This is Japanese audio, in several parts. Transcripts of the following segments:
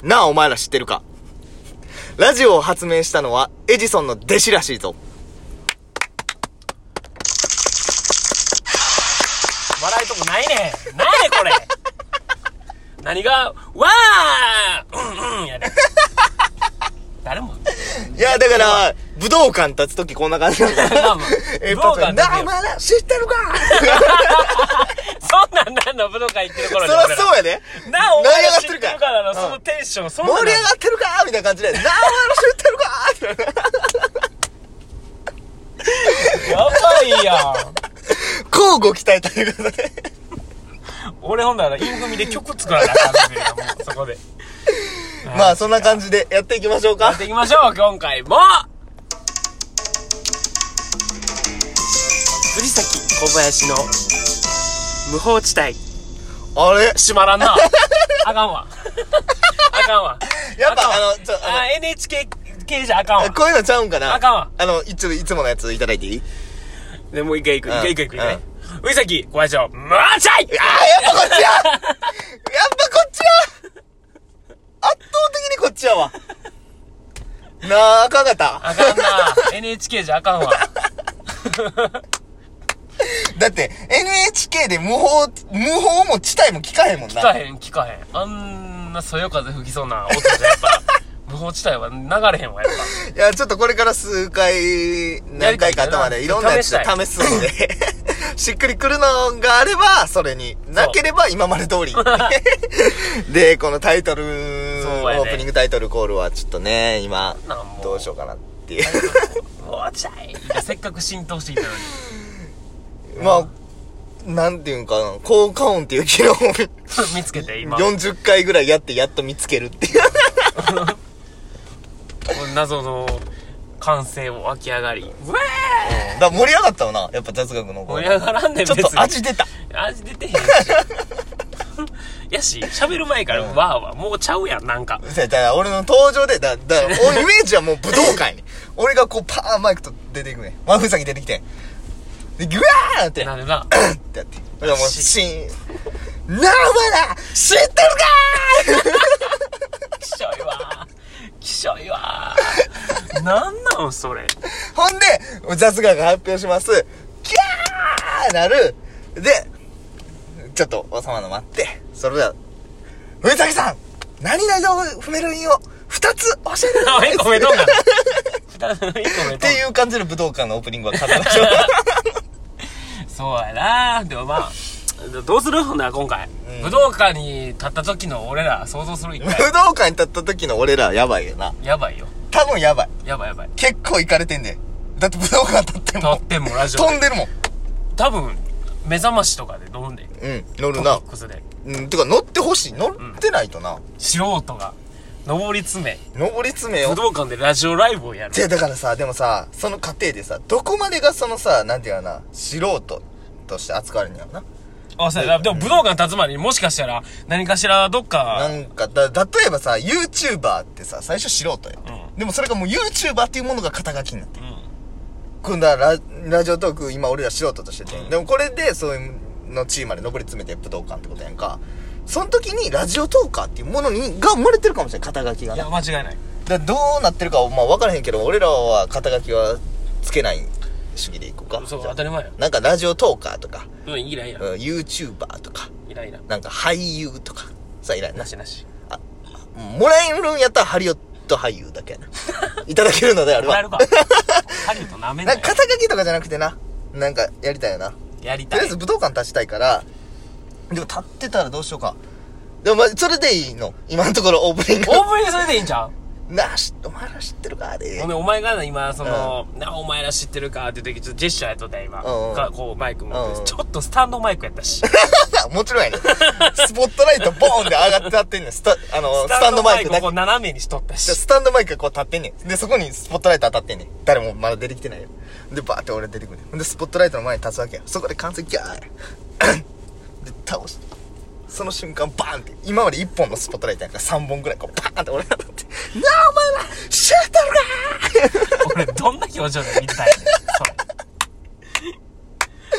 なあお前ら知ってるか。ラジオを発明したのはエジソンの弟子らしいぞ。 笑いとこないねん。なんやねんこれ。何がわーやで。誰も。 いやだから武道館立つときこんな感じなんだ。 まあまあ武道館なあお前ら知ってるか。 そんなんなんの武道館行ってる頃に。 そりゃそうやで。 なあお前ら知ってるかからな、そのテンション、そんなん盛り上がってるかみたいな感じで、なあお前ら知ってるかやばいやん。 交互期待ということで。 俺ほんならインフミで曲作らなあかんねんもうそこで。 まあそんな感じでやっていきましょうか。 やっていきましょう、今回も。藤崎小林の無法地帯。 あれ閉まらんな。あかんわ。あかんわ。 やっぱ NHK 系じゃあかんわ。 こういうのちゃうんかな。 あかんわ。 いつものやついただいていい？ で、もう一回行くね。藤崎小林の無法地帯。 やっぱこっちや。やっぱこっちや。圧倒的にこっちやわ。なあ、あかんかった。 あかんな。NHK じゃあかんわ。 だって NHK で無法も地帯も聞かへんもんな。 聞かへん。あんなそよ風吹きそうな音じゃやっぱ無法地帯は流れへんわやっぱ。 いやちょっとこれから何回か頭でいろんなやつで試すのでしっくりくるのがあればそれに、なければ今まで通りでこのタイトル、オープニングタイトルコールはちょっとね今どうしようかなっていう無法地帯がせっかく浸透していたのに。 まあなんていうんかな、効果音っていう機能を見つけて今 40回ぐらいやってやっと見つけるっていう謎の歓声を湧き上がり、うわー、だから盛り上がったわな、やっぱ雑学の盛り上がらんねん。 ちょっと味出た。 味出てへんしやし喋る前からわーわもうちゃうやんなんか。 だから俺の登場で俺イメージはもう武道館に俺がこうパーンマイクと出ていくね。ワンフーサギ出てきてでギュワーってなるなってやって、だからもうシーン、なあお前ら知ってるかきしょいわきしょいわなんなんそれ。 ほんで雑学発表します、キャーなるで、ちょっと収まるの待って、それでは藤崎さん何々を踏める韻を2つ教えてください。 1個目どんが1個目っていう感じの武道館のオープニングは飾りましょうそうやな。でもまあどうするほんなら今回、武道館に立った時の俺ら想像する。一回武道館に立った時の俺らやばいよな。 やばいよ。 多分やばい。 やばい結構行かれてんで。だって武道館立ってもラジオ飛んでるもん。 多分目覚ましとかで乗るんで。 乗るな。 トピックスで。 てか乗ってほしい。乗ってないとな。 素人が上り詰めよ。 武道館でラジオライブをやる。 だからさ、でもさ、その過程でさ、どこまでがそのさ、なんていうかな、素人として扱われるんやろな。 あ、そうやな。でも武道館立つまでにもしかしたら何かしらどっか。 なんか、例えばさ、YouTuber ってさ、最初素人よ。でもそれがもう YouTuber っていうものが肩書きになってる。今度はラジオトーク、今俺ら素人としてて。でもこれでそういうの地位まで上り詰めて武道館ってことやんか。その時にラジオトーカーっていうものが生まれてるかもしれない、肩書きが。 いや、間違いない。 どうなってるかはまあ分からへんけど、俺らは肩書きはつけない主義でいこうか。 そう、当たり前や。 なんかラジオトーカーとか、 いらいら。 YouTuber とか、 いらいら。 なんか俳優とか、さ、いらんな。 なしなし。 もらえるんやったらハリウッド俳優だけやな。いただけるのであれば。 もらえるか。ハリウッドなめんなよ。 なんか肩書きとかじゃなくてな、なんかやりたいよな。 やりたい。 とりあえず武道館立ちたいから、でも立ってたらどうしようか。でもまあ、それでいいの。今のところオープニング。 オープニングそれでいいんちゃう？ お前ら知ってるかで。 お前が今、お前ら知ってるかって言って、ちょっとジェスチャーやっとった今。こう、マイク持って、ちょっとスタンドマイクやったし。 もちろんやね。スポットライトボーンで上がって立ってんねん。スタンドマイクだけ。 こう斜めにしとったし。 スタンドマイクがこう立ってんねん。で、そこにスポットライト当たってんねん。誰もまだ出てきてないよ。で、バーって俺出てくるねん。で、スポットライトの前に立つわけや。そこで完成ギャーで、倒して。その瞬間バーンって、今まで1本のスポットライトやから3本ぐらいこうバーンって俺が立って、なあお前ら知ってるか俺どんな表情で見てたんやねん。それ。ほん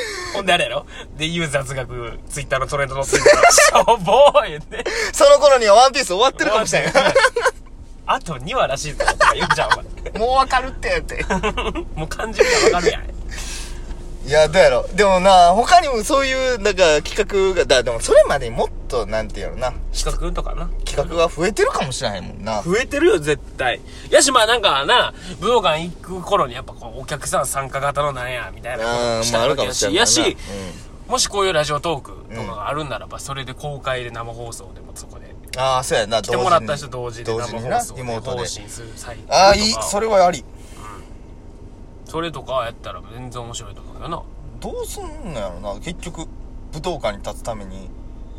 であれやろで、言う雑学、ツイッターのトレンド載ってるから、しょぼー言って。 その頃にはワンピース終わってるかもしれない。 あと2話らしいぞとか言うじゃん、お前。 もうわかるって。 もう感じるかわかるやん。 いや、どうやろ。でもな、他にもそういう、なんか、企画が、でもそれまでにもっと、なんていうのな。 企画とかな。 企画が増えてるかもしれへんもんな。 増えてるよ、絶対。やし、まあなんかな、武道館行く頃にやっぱこう、お客さん参加型のなんや、みたいなことしたわけやし、やし、もしこういうラジオトークとかがあるんならば、それで公開で生放送でもそこで。 ああ、そうやな、 来てもらった人同時で生放送で放信する際とか。 ああ、いい、それはあり。 それとかやったら全然面白いと思うよな。 どうすんのやろな、結局武道館に立つために、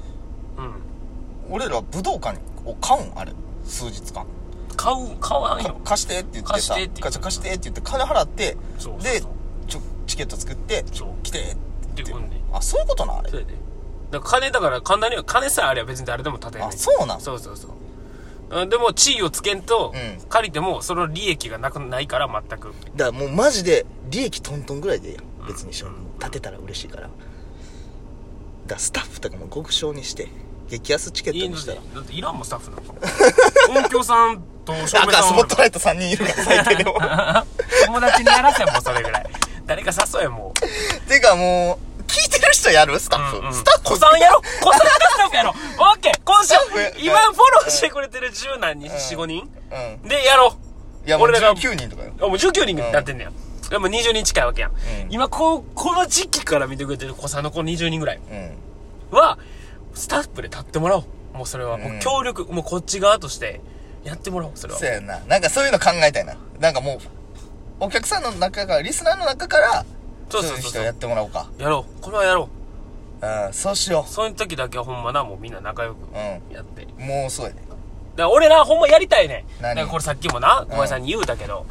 俺ら武道館を買うんあれ数日間買わんよ。 貸してって言ってさ、貸してって言って金払って、でチケット作って来てって言って、あ、そういうことなあれ。 そうやで。だからだから簡単には金さえあれば別に誰でも立てんねん。 あ、そうなん。 そうでも地位をつけんと、借りてもその利益がないから全く。 だからもうマジで利益トントンぐらいでいいやん。別に立てたら嬉しいから。だからスタッフとかも極小にして激安チケットにしたら。 だっていらんもんスタッフなんか。音響さんと照明さん。 スポットライト3人いるから最低でも。 友達にやらせんもんそれぐらい。誰か誘えもう。てかもう聞いてる人やるスタッフ。スタッフ。 子さんやろ。子さんがスタッフやろ。オッケー。今週今フォローしてくれてる10何人4、5人でやろう。 いやもう19人とかよ。 もう19人になってんねや。でも20人近いわけやん。今この時期から見てくれてる子さんの子20人ぐらいはスタッフで立ってもらおう。もうそれはもう協力、もうこっち側としてやってもらおう。それはそうやな。なんかそういうの考えたいな。なんかもうお客さんの中からリスナーの中からそういう人やってもらおうか。 やろう。これはやろう。そうしよう。 そういう時だけはほんまな、もうみんな仲良くやって。 もうそうやね。 だから俺らほんまやりたいね。だからこれさっきもな、小林さんに言うたけど、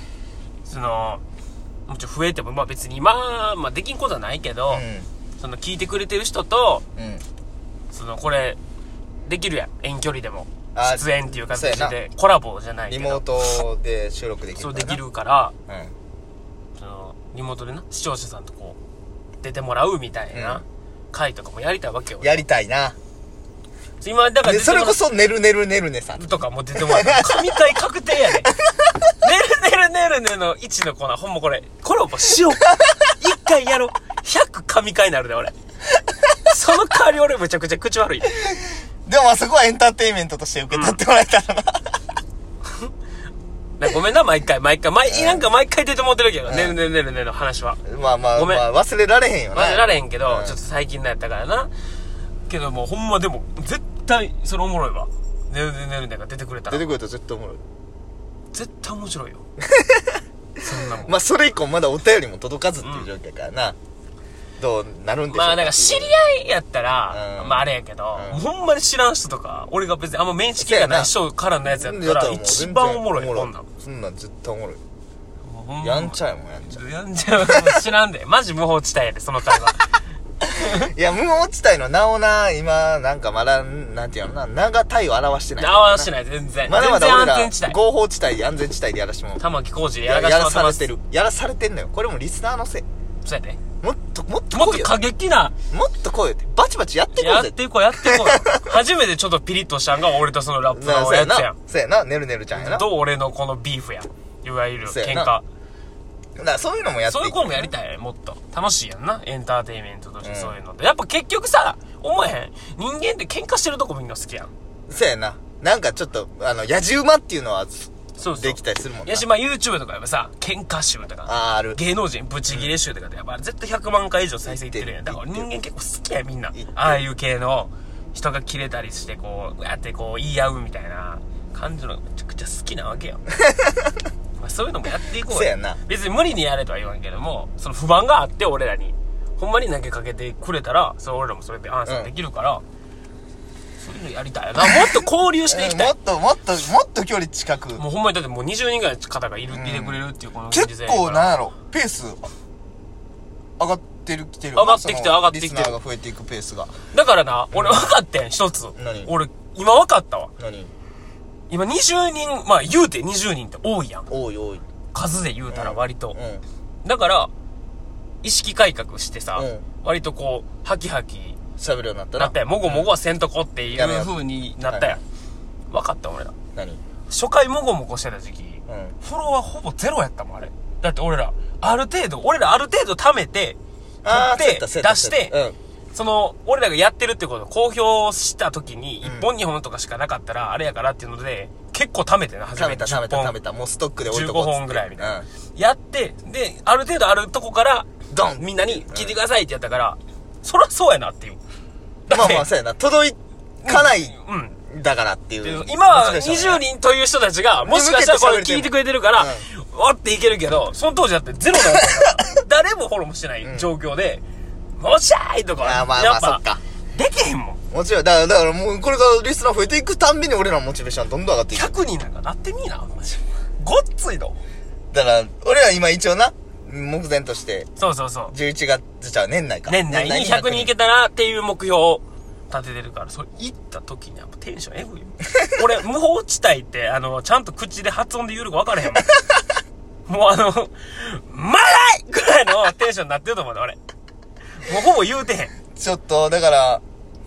もうちょっと増えても、まあ別にまあできんことはないけど、その聞いてくれてる人と、これ、できるやん。遠距離でも。出演っていう形で、コラボじゃないけど。 リモートで収録できるから。 そうできるから、リモートでな、視聴者さんとこう、出てもらうみたいな回とかもやりたいわけよ。 やりたいな。 今、だからそれこそ、ねるねさん。 とかも出てもらって、神回確定やね。ねるねの1のコーナー、ほんまこれ、コラボしよう。一回やろう。100神回になるで、俺。その代わり俺めちゃくちゃ口悪い。 でもあそこはエンターテインメントとして受け取ってもらえたらな。 ごめんな、毎回なんか毎回出てもってるけど、ねるの話は。 まあごめん。忘れられへんよな。 忘れられへんけど、ちょっと最近のやったからな。けどもうほんまでも、絶対、それおもろいわ。ねるが出てくれたら。 出てくれたら絶対おもろい。 絶対面白いよ。そんなもん。 まあそれ以降まだお便りも届かずっていう状況からな。どうなるんでしょうか。 まあなんか知り合いやったら、まああれやけど、ほんまに知らん人とか、俺が別にあんま面識がない人からのやつやったら、一番おもろい、こんなん。 そんなん絶対おもろい。やんちゃやもん、やんちゃ。知らんで。マジ無法地帯やで、その単語。 いや、無法地帯の名をな、今、なんかまだ、なんていうのな、名が体を表してない。 表してない、全然。 まだまだ俺ら、合法地帯、安全地帯でやらしても。 玉木浩二でやらされてる。やらされてんのよ。これもリスナーのせい。 そうやで。 もっと過激な。 もっと来いよって。バチバチやってこうぜ。 やっていこう。初めてちょっとピリッとしたんが俺とそのラップのやつやん。 そうやな、ねるちゃんやな。 と俺のこのビーフやん。いわゆる喧嘩。 だからそういうのもやっていく。 そういうこともやりたい。もっと。楽しいやんな。エンターテインメントとしてそういうので。やっぱ結局さ、思えへん。人間って喧嘩してるとこみんな好きやん。 そうやな。なんかちょっと、やじ馬っていうのは、できたりするもんな。 やし、まあ YouTube とかやっぱさ、喧嘩集とか。 ある。 芸能人ブチギレ集とかでやっぱ絶対100万回以上再生いってるやん。だから人間結構好きやみんな。ああいう系の人がキレたりしてこう、やってこう言い合うみたいな感じのめちゃくちゃ好きなわけよ。まあそういうのもやっていこうよ。 そうやな。 別に無理にやれとは言わんけども、その不満があって俺らに、ほんまに投げかけてくれたら、それ俺らもそれでアンサーできるから、そういうのやりたいよな。もっと交流していきたい。 もっと距離近く。 もうほんまにだってもう20人ぐらいの方がいてくれるっていうこの現実。結構なんやろ、ペース上がってきてる。 上がってきてリスナーが増えていくペースが。 だからな、俺分かってん、一つ。 何？ 俺、今分かったわ。 何？ 今20人、まあ言うて20人って多いやん。 多い。 数で言うたら割と。だから、 意識改革してさ、 うん割とこう、ハキハキ喋るようになったな。 なったやん。もごもごはせんとこっていう風になったやん。分かった俺ら。 何？ 初回もごもごしてた時期、フォロワーほぼゼロやったもん、あれ。だって俺らある程度貯めて、取って、出して、俺らがやってるってことを公表した時に、1本2本とかしかなかったら、あれやからっていうので、結構貯めてな、初めて。 貯めた。もうストックで置いとこう。 15本ぐらいみたいな。やって、で、ある程度あるとこから、 ドンみんなに聞いてくださいってやったから、そらそうやなっていう。 まあそうやな。届かない。だからっていう。 今は20人という人たちが、もしかしたらこれ聞いてくれてるから、おっていけるけど、その当時だってゼロだったから、誰もフォローもしてない状況で、もしゃーいとか、やっぱ、できへんもん。 もちろん、だからもう、これからリスナー増えていくたんびに俺らのモチベーションどんどん上がっていく。 100人なんかなってみーな、マジ。ごっついの。 だから、俺は今一応な、目前として、 そう。 11月じゃ年内か。 年内に100人いけたらっていう目標を立ててるから、それ行った時にやっぱテンションエグいよ。俺、無法地帯って、ちゃんと口で発音で言うのか分からへんもん。もうまらいぐらいのテンションになってると思うね、俺。もうほぼ言うてへん。 ちょっと、だから、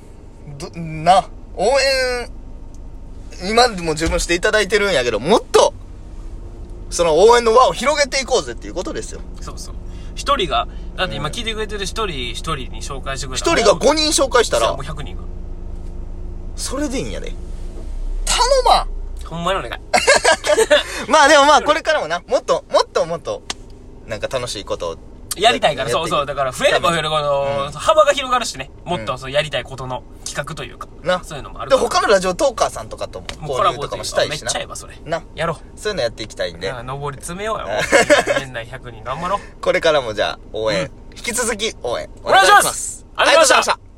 応援、今でも十分していただいてるんやけど、もっと、その応援の輪を広げていこうぜっていうことですよ。 そう。一人が、だって今聞いてくれてる一人に紹介してくれた一人が5人紹介したら、 もう100人が。 それでいいんやで。頼まほんまにお願い。 まあでもこれからもな、もっと、なんか楽しいことを。 やりたいから、そう。だから、増えれば増えるほど、幅が広がるしね。もっと、やりたいことの企画というか。そういうのもあるから。 で、他のラジオトーカーさんとかとも、 コラボとかもしたいしな。 めっちゃええわ、それ。 やろう。そういうのやっていきたいんで。 上り詰めようよ。年内100人頑張ろう。 これからもじゃあ、応援。引き続き応援。 お願いします。ありがとうございました。